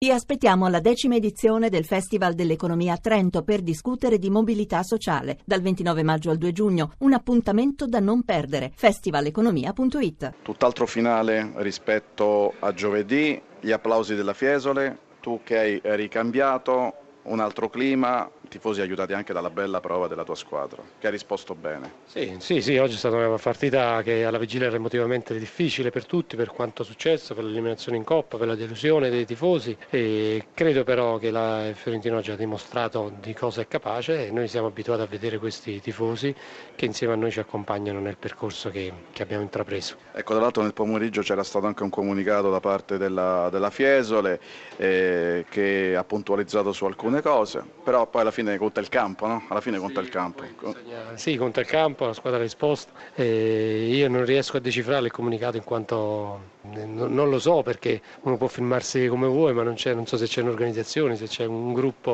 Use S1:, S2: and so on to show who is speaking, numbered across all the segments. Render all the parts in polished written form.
S1: Ti aspettiamo alla 10ª edizione del Festival dell'Economia a Trento per discutere di mobilità sociale. Dal 29 maggio al 2 giugno, un appuntamento da non perdere. festivaleconomia.it.
S2: Tutt'altro finale rispetto a giovedì, gli applausi della Fiesole, tu che hai ricambiato, un altro clima, tifosi aiutati anche dalla bella prova della tua squadra, che ha risposto bene.
S3: Sì, oggi è stata una partita che alla vigilia era emotivamente difficile per tutti, per quanto successo, per l'eliminazione in Coppa, per la delusione dei tifosi, e credo però che la Fiorentina oggi ha dimostrato di cosa è capace e noi siamo abituati a vedere questi tifosi che insieme a noi ci accompagnano nel percorso che abbiamo intrapreso.
S2: Ecco, tra l'altro nel pomeriggio c'era stato anche un comunicato da parte della Fiesole che ha puntualizzato su alcune cose, però poi alla fine conta il campo, no? Alla fine conta il campo.
S3: Sì, conta il campo, la squadra ha risposto. Io non riesco a decifrare il comunicato in quanto non lo so, perché uno può filmarsi come vuoi, ma non so se c'è un'organizzazione, se c'è un gruppo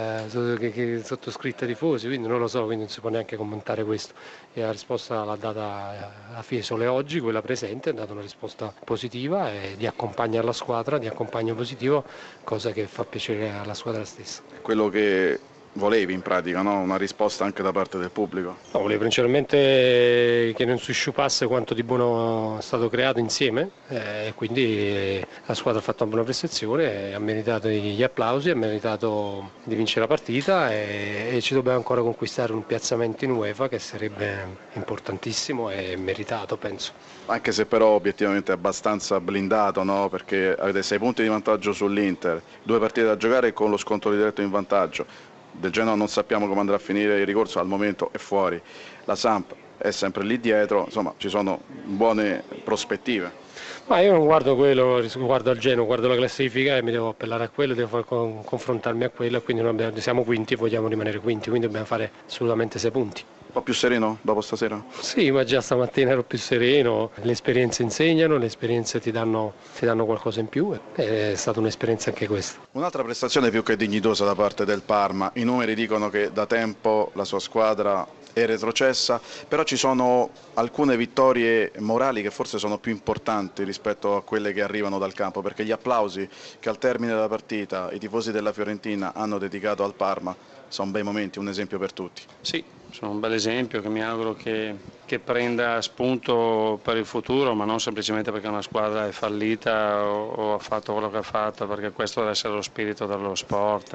S3: che sottoscritto ai tifosi, quindi non lo so, quindi non si può neanche commentare questo. E la risposta l'ha data la Fiesole oggi, quella presente, ha dato una risposta positiva e di accompagno alla squadra, di accompagno positivo, cosa che fa piacere alla squadra stessa.
S2: Quello che volevi in pratica, no? Una risposta anche da parte del pubblico?
S3: No, volevo principalmente che non si sciupasse quanto di buono è stato creato insieme, e quindi la squadra ha fatto una buona prestazione, ha meritato gli applausi, ha meritato di vincere la partita e ci dobbiamo ancora conquistare un piazzamento in UEFA che sarebbe importantissimo e meritato, penso.
S2: Anche se però obiettivamente è abbastanza blindato, no? Perché avete 6 punti di vantaggio sull'Inter, 2 partite da giocare con lo scontro diretto in vantaggio. Del Genoa non sappiamo come andrà a finire il ricorso, al momento è fuori. La Samp è sempre lì dietro, insomma ci sono buone prospettive.
S3: Ma io non guardo quello, guardo al Genoa, guardo la classifica e mi devo appellare a quello, devo confrontarmi a quello, e quindi siamo quinti e vogliamo rimanere quinti, quindi dobbiamo fare assolutamente 6 punti.
S2: Un po' più sereno dopo stasera?
S3: Sì, ma già stamattina ero più sereno, le esperienze insegnano, le esperienze ti danno qualcosa in più, e è stata un'esperienza anche questa.
S2: Un'altra prestazione più che dignitosa da parte del Parma, i numeri dicono che da tempo la sua squadra è retrocessa, però ci sono alcune vittorie morali che forse sono più importanti rispetto a quelle che arrivano dal campo, perché gli applausi che al termine della partita i tifosi della Fiorentina hanno dedicato al Parma sono bei momenti, un esempio per tutti.
S4: Sì, sono un bel esempio che mi auguro che prenda spunto per il futuro, ma non semplicemente perché una squadra è fallita o ha fatto quello che ha fatto, perché questo deve essere lo spirito dello sport,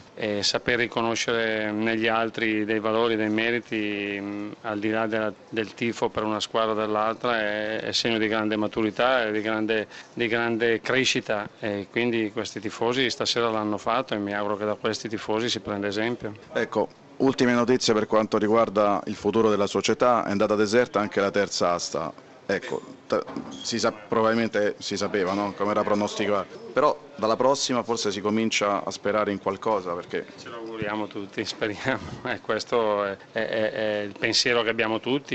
S4: e saper riconoscere negli altri dei valori, dei meriti, al di là del tifo per una squadra o dell'altra, è segno di grande maturità e di grande crescita, e quindi questi tifosi stasera l'hanno fatto e mi auguro che da questi tifosi si prenda esempio.
S2: Ecco, ultime notizie per quanto riguarda il futuro della società, è andata deserta anche la terza asta. Ecco, probabilmente si sapeva, no? Come era pronosticato, però dalla prossima forse si comincia a sperare in qualcosa, perché
S4: ce lo auguriamo tutti, speriamo, questo è il pensiero che abbiamo tutti,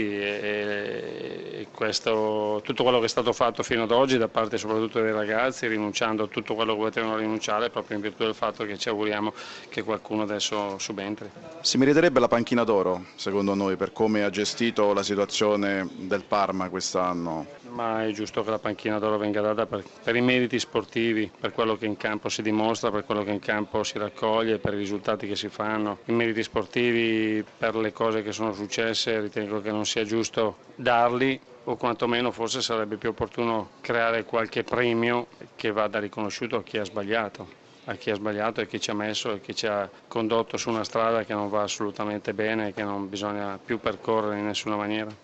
S4: e tutto quello che è stato fatto fino ad oggi da parte soprattutto dei ragazzi, rinunciando a tutto quello che potevano rinunciare proprio in virtù del fatto che ci auguriamo che qualcuno adesso subentri.
S2: si meriterebbe la panchina d'oro, secondo noi, per come ha gestito la situazione del Parma quest'anno.
S4: Ma è giusto che la panchina d'oro venga data per i meriti sportivi, per quello che in campo si dimostra, per quello che in campo si raccoglie, per i risultati che si fanno. I meriti sportivi per le cose che sono successe ritengo che non sia giusto darli, o quantomeno forse sarebbe più opportuno creare qualche premio che vada riconosciuto a chi ha sbagliato e chi ci ha messo e chi ci ha condotto su una strada che non va assolutamente bene e che non bisogna più percorrere in nessuna maniera.